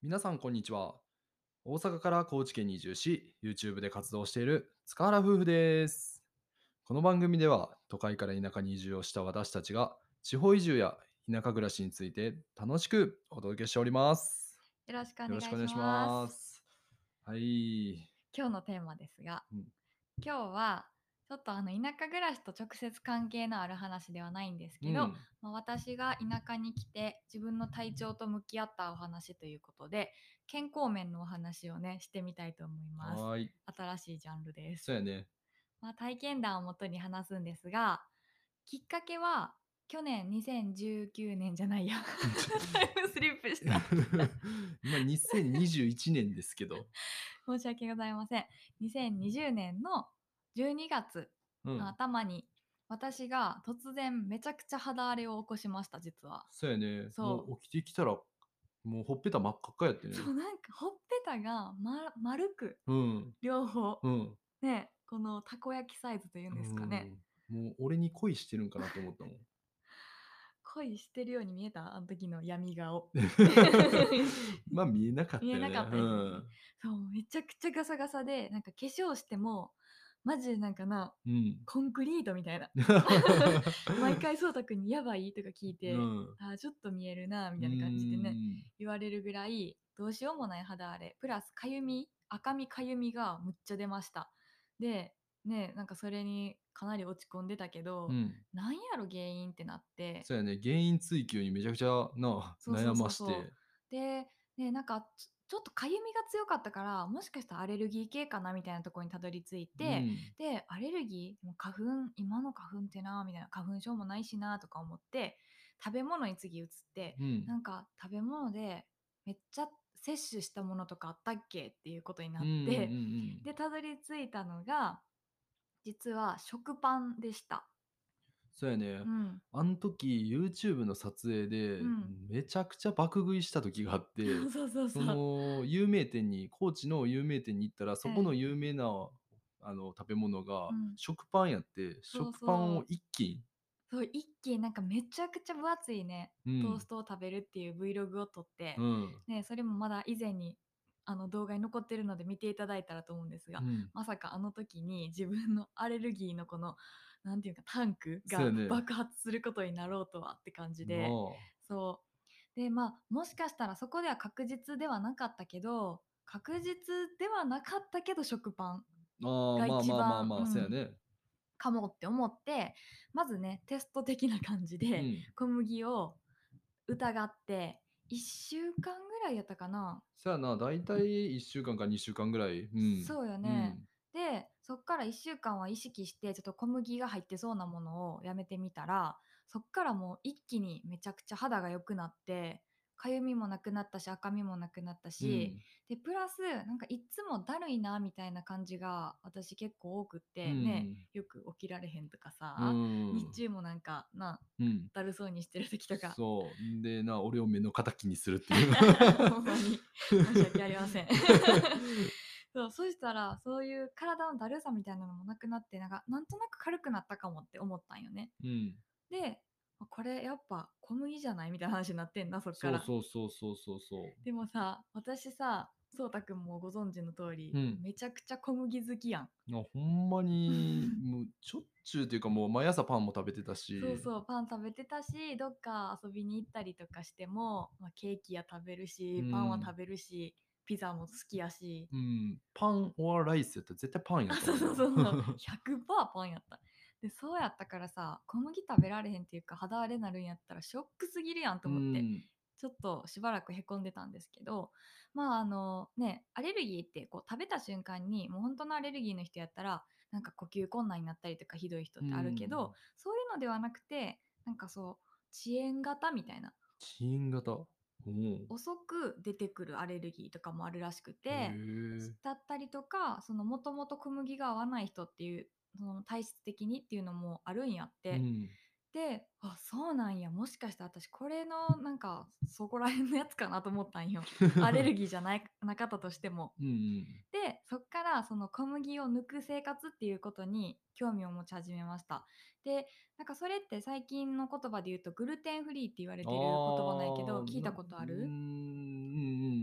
皆さんこんにちは。大阪から高知県に移住し、YouTube で活動している塚原夫婦です。この番組では都会から田舎に移住をした私たちが地方移住や田舎暮らしについて楽しくお届けしております。 よろしくおよろし願いしくお願いします。 ます。はい。 今日のテーマですが、 うん。 今日はちょっと田舎暮らしと直接関係のある話ではないんですけど、 うん。 私が田舎に来て自分の体調と向き合ったお話ということで、健康面のお話をね、してみたいと思います。 はーい。 新しいジャンルです。 そうやね。 体験談をもとに話すんですが、きっかけは去年2019年じゃないやタイムスリップした今2021年ですけど。 申し訳ございません。2020年の12月のうん。 頭に私が突然めちゃくちゃ肌荒れを起こしました、実は。 そうやね。もそう。 う起きてきたら、もうほっぺた真っ赤っかやってね。 そう、なんかほっぺたが、丸くうん。 両方、 うん。 ね、このたこ焼きサイズというんうですかね。 ん。もう俺に恋してるんかなって思ったもん。 恋してるように見えたあの時の闇顔。 まあ見えなかったよね。 見えなかったうですよね。 ん。 そう、めちゃくちゃガサガサで、なんか化粧しても、マジでなんかな、 うん。 コンクリートみたいな。毎回そうたくんに「やばい？」とか聞いてうん。 「あーちょっと見えるな」みうーたいな感じでね、 ん。 言われるぐらいどうしようもない肌荒れプラスかゆみ赤みかゆみがむっちゃ出ました。で、ね、なんかそれにかなり落ち込んでたけど、 うん。 なんやろ原因ってなって、 そうやね、原因追求にめちゃくちゃな、悩そうそうそうそまして。 う。で、ね、なんかちょっとかゆみが強かったから、もしかしたらアレルギー系かなみたいなところにたどり着いて、 うん。 で、アレルギーもう花粉、今の花粉ってな、みたいな、花粉症もないしなとか思って、食べ物に次移って、 うん。 なんか食べ物でめっちゃ摂取したものとかあったっけっていうことになうんうんうんうって、 ん。 で、たどり着いたのが、実は食パンでした。 そうやね。 うん。 あん時 YouTube の撮影で、 うん。 めちゃくちゃ爆食いした時があって、 そうそうそそう。 の有名店に高知の有名店に行ったら、そこのうん。 有名な食べ物がうん。 食パンやって、 そう食パンをそう。 一斤。 そう、一気になんかめちゃくちゃ分厚いね、 うん、 トーストを食べるっていう Vlog を撮って、 うん、 ね、それもまだ以前に動画に残ってるので見ていただいたらと思うんですが、 うん。 まさかあの時に自分のアレルギーのこの、なんていうか、タンクがそうやね。 爆発することになろうとはって感じなで、 あ。 そう。で、もしかしたらそこでは確実ではなかったけど、食パンああ、 がまあ一番、 まあまあまあ、そうやね。 かもって思って、まずね、テスト的な感じでうん。 小麦を疑って、1週間ぐらいやったかな。 そうやな、だいたい1週間か2週間ぐらい。うん。 そうよね。 うん。 で、そっから1週間は意識して、ちょっと小麦が入ってそうなものをやめてみたら、そっからもう一気にめちゃくちゃ肌が良くなって、かゆみもなくなったし、赤みもなくなったし、 うん。 で、プラス、なんかいつもだるいなみたいな感じが私結構多くっうて、ね、 ん。 よく起きられへんとかうさ、日ん。 中もなんかな、 うん。 だるそうにしてる時とか。 そう。んでな、俺を目の敵にするっていう。 ほんまに申し訳ありません。そう、そしたら、そういう体のだるさみたいなのもなくなって、なんとなく軽くなったかもって思ったんよね。 うん。 で、これやっぱ小麦じゃないみたいな話になってんな、そっかそうら。 そうそうそうそうそう。 でもさ、私さ、そうたくんもご存知の通り、 うん。 めちゃくちゃ小麦好きやん。 ほんまに、もうしょっちゅうっていうか、もう毎朝パンも食べてたし。 そうそう、パン食べてたし、どっか遊びに行ったりとかしても、ケーキや食べるうし、パンはん。 食べるし、ピザも好きやし、 うん。パンオアライスやったら絶対パンやったそうそうもんな。 そうそう、100%パンやった。で、そうやったからさ、小麦食べられへんっていうか、肌荒れなるんやったらショックすぎるやんとう思って、 ん。 ちょっとしばらくへこんでたんですけど、ね、アレルギーってこう食べた瞬間に、もう本当のアレルギーの人やったら、なんか呼吸困難になったりとかひどい人うってあるけど、 ん。 そういうのではなくて、なんかそう、遅延型みたいな、 遅延型。うん。 遅く出てくるアレルギーとかもあるらしくへて、 え。 だったりとか、そのもともと小麦が合わない人っていう、その体質的にっていうのもあるんやって。 うん。 で、あ、そうなんや、もしかして私これのなんかそこら辺のやつかなと思ったんよ。アレルギーじゃなかったとしても。 うんうん。 で、そっからその小麦を抜く生活っていうことに興味を持ち始めました。で、なんかそれって最近の言葉で言うとグルテンフリーって言われあてる言葉なんやけど、 あ、 聞いたことある？ うんうんうん、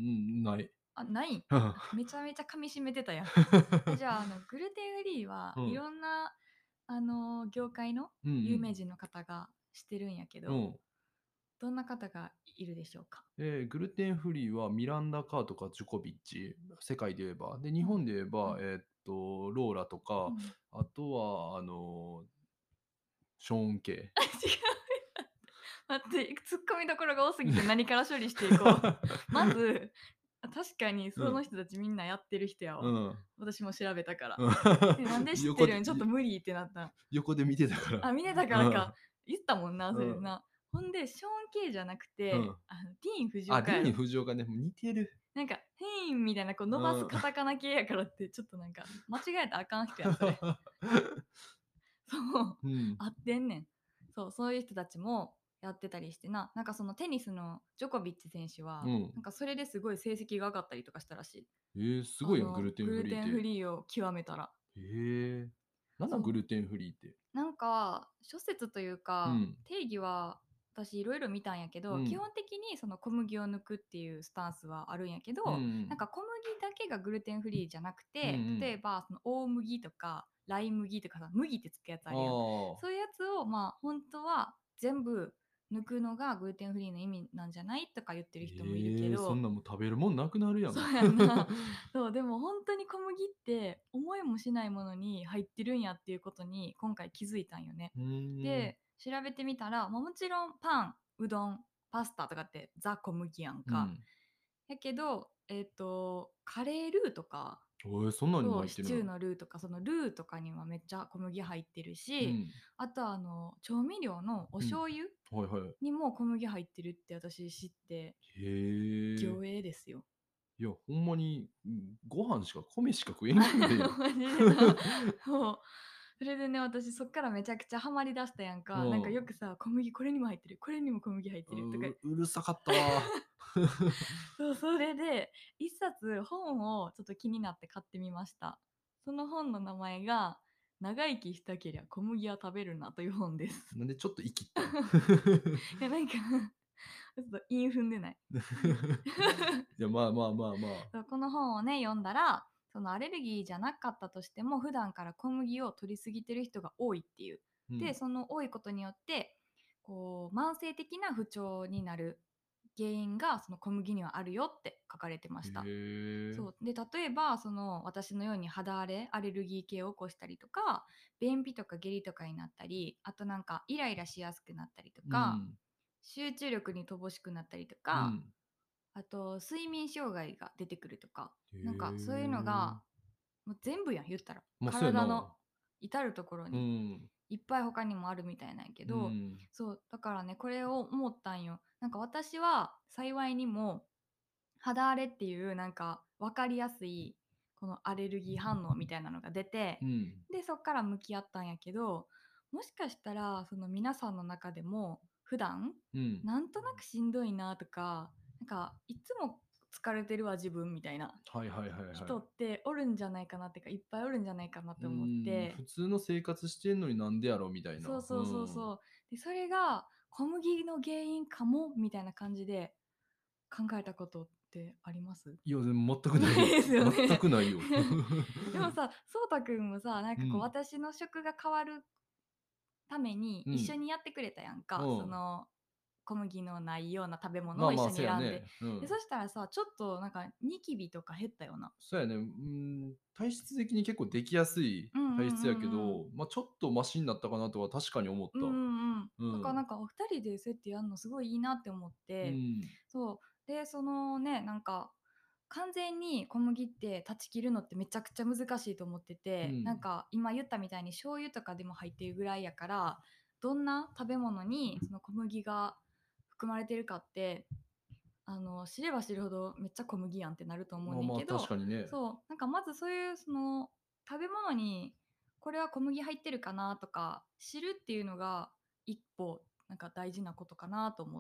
ない。 あ、ないん？ うん。 めちゃめちゃ噛み締めてたやん。じゃあ、グルテンフリーはうん。 いろんな、業界のうんうん。 有名人の方がしてるんやけど、 うん。 どんな方がいるでしょうか？ グルテンフリーはミランダ・カーとかジョコビッチ、世界で言えば。で、日うん、 本で言えば、 うん、 ローラとか、 うん。 あとは、ショーン・ケイ。 違う。待って、ツッコミどころが多すぎて何から処理していこう。まず、確かにそのうん、 人たちみんなやってる人やわ。 うん。 私も調べたから。 うん。 なんで知って横でるん？ちょっと無理ってなった。 横で見てたから。 あ、見てたからか。 うん、 言ったもんな、そうん、 れな。ほんで、ショーン・ケイじゃなくて、 うん。 ディーン・フジオあ、 カやろ。 ディーン・フジオカね、もう似てる。 なんか、ヘインみたいな、こう伸ばすうん。 カタカナ系やからって、ちょっとなんか、間違えたらあかん人やん、それ。そう、 うん、 合ってんねん。そう、そういう人たちもやってたりしてな、なんかそのテニスのジョコビッチ選手は、 うん。 なんかそれですごい成績が上がったりとかしたらしい。 すごいやん、グルテングルテンフフリーって。 リーを極めたら。 ええ。なんなんそう。 グルテンフリーって。 なんか、諸説というか、 うん、 定義は私いろいろ見たんやけど、基うん、 本的にその小麦を抜くっていうスタンスはあるんやけうんうど、なんん。 か小麦だけがグルテンフリーじゃなくうんうて、例えん。 ばその大麦とかライ麦とかさ、麦ってつくやつああるやん。 あ。 そういうやつをまあ本当は全部抜くのがグルテンフリーの意味なんじゃないとか言ってる人もいるけそんど、 なんもう食べるもんなくなるやん。 そうやんな。そう、でも本当に小麦って思いもしないものに入ってるんやっていうことに今回気づいたんよね。 うーん。 で、調べてみたら、まあ、もちろんパン、うどん、パスタとかってザ小麦やんか。 うん。 やけど、カレールーとか、 そんなんにもそう、シチュー入ってるんやろ。 のルーとか、そのルーとかにはめっちゃ小麦入ってるし、 うん。 あと調味料のおうん。 醤油はいはい。 にも小麦入ってるって私知って、 へえ。 魚影ですよ。 いや、ほんまに、ご飯しか米しか食えんくなるやん。 マジでな。そう。それでね、私そっからめちゃくちゃハマりだしたやんか。なんかうん。 よくさ、小麦これにも入ってる、これにも小麦入ってるとか。 うるさかったわ。 そう、それで一冊本をちょっと気になって買ってみました。その本の名前が「長生きしたけりゃ小麦は食べるな」という本です。 なんでちょっと生きったん？ いやなんかちょっと韻踏んでない。 いや、まあまあまあまあ。 そう、この本をね、読んだら、そのアレルギーじゃなかったとしても、普段から小麦を摂りすぎてる人が多いっていう。で、 うん。 その多いことによって、こう、慢性的な不調になる原因がその小麦にはあるよって書かれてまへした。 え。 そうで、例えばその私のように肌荒れアレルギー系を起こしたりとか、便秘とか下痢とかになったり、あとなんかイライラしやすくなったりとか、 うん。 集中力に乏しくなったりとか、 うん。 あと睡眠障害が出てくるとか、 へなんかそういうのえ。 がもう全部やん、言ったら。 ま、そうや体のな。 至るところうにん。 いっぱい他にもあるみたいなんやけうど、 ん。 そう、だからね、これを思ったんよ。なんか私は幸いにも肌荒れっていうなんか分かりやすいこのアレルギー反応みたいなのが出て、 うん。 で、そっから向き合ったんやけど、もしかしたらその皆さんの中でも普段うん。 なんとなくしんどいなとか、なんかいつも疲れてるわ自分みたいなはいはいはいはい。 人っておるんじゃないかなってか、いっぱいおるんじゃないかなと思っ普て。 通の生活してんのになんでやろみたいな。 そうそうそううん。 そう。で、それが小麦の原因かもみたいな感じで考えたことってあります？ いや、でも全くないよ。 ないですよ全ね。 くないよ。 でもさ、そうたくんもさ、なんかこううん。 私の食が変わるために一緒うん。 にやってくれたやんか。そうん。 の小麦のないような食べ物まあまあ、 を一緒にそうや選んで。 ね。うで、 ん。 そしたらさ、ちょっとなんかニキビとか減ったよな。 そうやね。体質的に結構できやすいうんうんうん体質やけうん。 ど、ま、ちょっとマシになったかなとは確かに思っうんうた。 んうん。 うん。 だからなんかお二人でそうやってやるのすごいいいなって思って、 うん。 そう。で、そのね、なんか完全に小麦って断ち切るのってめちゃくちゃ難しいと思ってて、なんうん。 か今言ったみたいに醤油とかでも入ってるぐらいやから、どんな食べ物にその小麦が含まれてるかって、知れば知るほどめっちゃ小麦やんってなると思うまあまあ、 ねんけど、 確かにね。 そう、なんかまずそういうその食べ物にこれは小麦入ってるかなとか知るっていうのが一歩なんか大事なことかなと思って、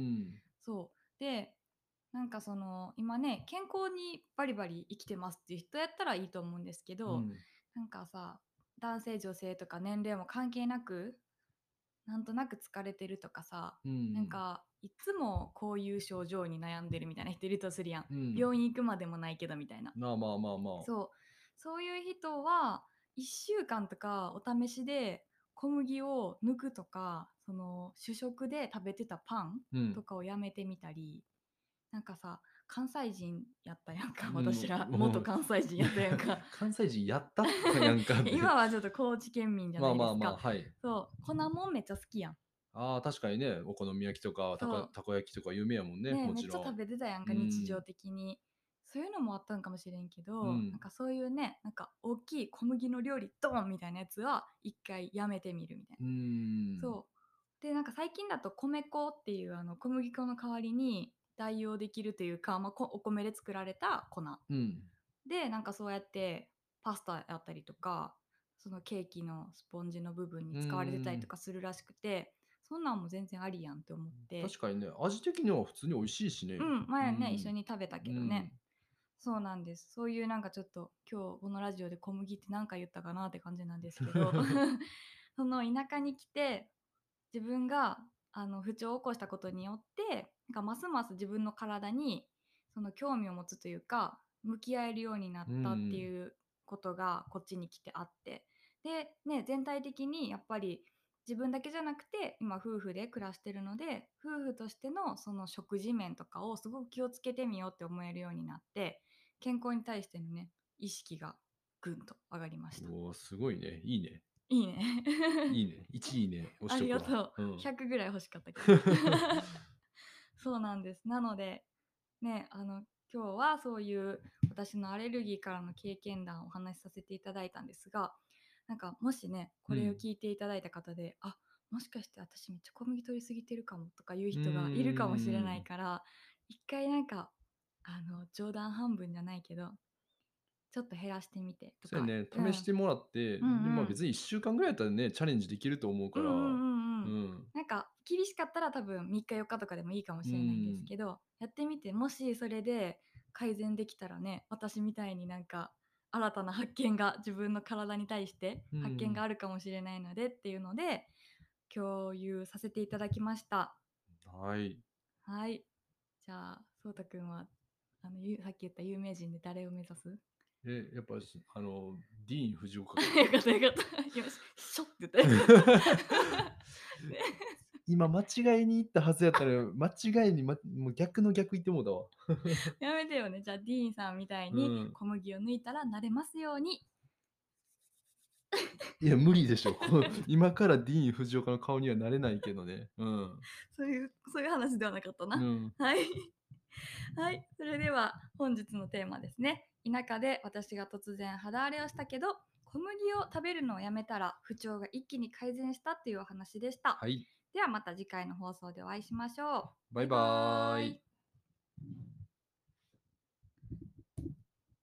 うん。 そうで、なんかその今ね、健康にバリバリ生きてますっていう人やったらいいと思うんですけど、 うん。 なんかさ、男性女性とか年齢も関係なく、 なんとなく疲れてるとかさ、なんん。 かいつもこういう症状に悩んでるみたいな人いるとするやん。 うん。 病院行くまでもないけどみたいな。 まあまあまあまあ。 そう、そういう人は1週間とかお試しで小麦を抜くとか、その主食で食べてたパンうん。 とかをやめてみたり、なんかさ、関西人やったやんか、 うん、 私ら元もう関西人やったやんか。 関西人やったったやんかって。 今はちょっと高知県民じゃまないですか。 あまあまあ、はい。 そう、粉もんめっちゃ好きやん。 ああ、確かにね、お好み焼きとかそう。 たこ焼きとか有名やもんね、 ねえ、めっちゃ食もちろべてたやんん。うか、日常ん。 的に。そういうのもあったんかもしれんけど、なんうん。 かそういうね、なんか大きい小麦の料理ドーンみたいなやつは一回やめてみるみたいな。 うーん。 そう。で、なんか最近だと米粉っていう小麦粉の代わりに代用できるというか、まあ、お米で作られた粉うん。 で、なんかそうやってパスタやったりとか、そのケーキのスポンジの部分にうー使われてたりとん。 かするらしくて、そんなんも全然ありやんって思って。 確かにね、味的には普通に美味しいしね。 うん、前ね、一緒うん。 に食べたけどね。 うん。 そうなんです。そういうなんかちょっと今日このラジオで小麦って何か言ったかなって感じなんですけど、その田舎に来て自分が不調を起こしたことによって、なんかますます自分の体にその興味を持つというか、向き合えるようになうったってん。 いうことがこっちに来てあって、でね、全体的にやっぱり自分だけじゃなくて今夫婦で暮らしてるので、夫婦としてのその食事面とかをすごく気をつけてみようって思えるようになって、健康に対してのね意識がぐんと上がりました。 おお、すごいね。いいね。 いいね。 いいね。1いいね。押しあとくわ。 りがとう。 うん。 100ぐらい欲しかったけど。そうなんです。なので、ね、今日はそういう私のアレルギーからの経験談をお話しさせていただいたんですが、なんかもしね、これをうん。 聞いていただいた方で、あ、もしかして私めっちゃ小麦取りすぎてるかもとかいううー人がいるかもしれないん。 から、一回なんか、冗談半分じゃないけど、ちょっと減らしてみてとか、 そうやね、 うん、 試してもらって、 うんで、まあ、 うん。 別に1週間ぐらいやったらね、チャレンジできると思うから、 うんうんうんうん。 うん。 なんか厳しかったら多分3日4日とかでもいいかもうしれないんですん。 けど、やってみて、もしそれで改善できたらね、私みたいになんか新たな発見が自分の体に対して発見がうん。 あるかもしれないのでっていうので、共有させていただきました。 はい。 はい。じゃあ、そうたくんはさっき言った有名人で誰を目指す？ やっぱし、ディーン・フジオカかな。 よかったよかった。今ショッって言った。ね。 今間違いに行ったはずやったら、間違いに、もう逆の逆言ってもうたわ。 やめてよね。じゃあ、ディーンさんみたいにうん。 小麦を抜いたらなれますように。 いや、無理でしょ。今からディーン・フジオカの顔にはなれないけどね。うん。 そういう話ではなかったな。 うん。 はい。はい。それでは本日のテーマですね。田舎で私が突然肌荒れをしたけど、小麦を食べるのをやめたら不調が一気に改善したっていうお話でした。 はい。 ではまた次回の放送でお会いしましょう。ババイイババーイ。 ーイ。